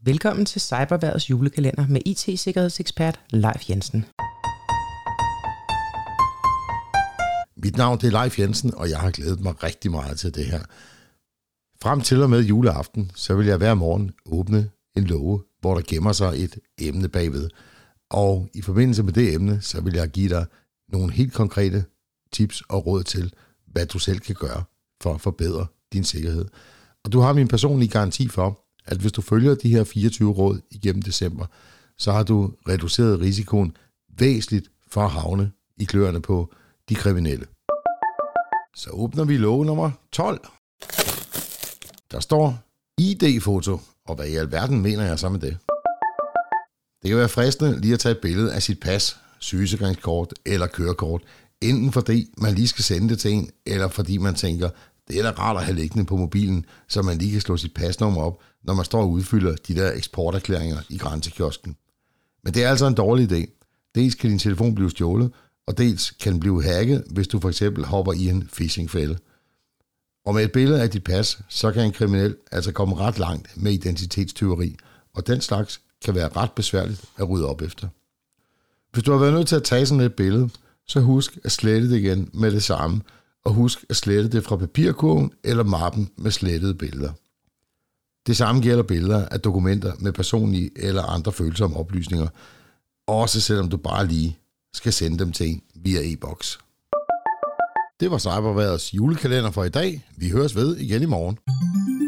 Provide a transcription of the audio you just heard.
Velkommen til Cyberværdets julekalender med IT-sikkerhedsekspert Leif Jensen. Mit navn er Leif Jensen, og jeg har glædet mig rigtig meget til det her. Frem til og med juleaften, så vil jeg hver morgen åbne en låge, hvor der gemmer sig et emne bagved. Og i forbindelse med det emne, så vil jeg give dig nogle helt konkrete tips og råd til, hvad du selv kan gøre for at forbedre din sikkerhed. Og du har min personlige garanti for, at hvis du følger de her 24 råd igennem december, så har du reduceret risikoen væsentligt for at havne i kløerne på de kriminelle. Så åbner vi låge nummer 12. Der står ID-foto, og hvad i alverden mener jeg så med det? Det kan være fristende lige at tage et billede af sit pas, sygesikringskort eller kørekort, enten fordi man lige skal sende det til en, eller fordi man tænker, det er da rart at have liggende på mobilen, så man lige kan slå sit pasnummer op, når man står og udfylder de der eksporterklæringer i grænsekiosken. Men det er altså en dårlig idé. Dels kan din telefon blive stjålet, og dels kan den blive hacket, hvis du for eksempel hopper i en phishing-fælde. Og med et billede af dit pas, så kan en kriminel altså komme ret langt med identitetstyveri, og den slags kan være ret besværligt at rydde op efter. Hvis du har været nødt til at tage sådan et billede, så husk at slette det igen med det samme, og husk at slette det fra papirkurven eller mappen med slettede billeder. Det samme gælder billeder af dokumenter med personlige eller andre følsomme oplysninger, også selvom du bare lige skal sende dem til en via e-boks. Det var Cyberværdets julekalender for i dag. Vi høres ved igen i morgen.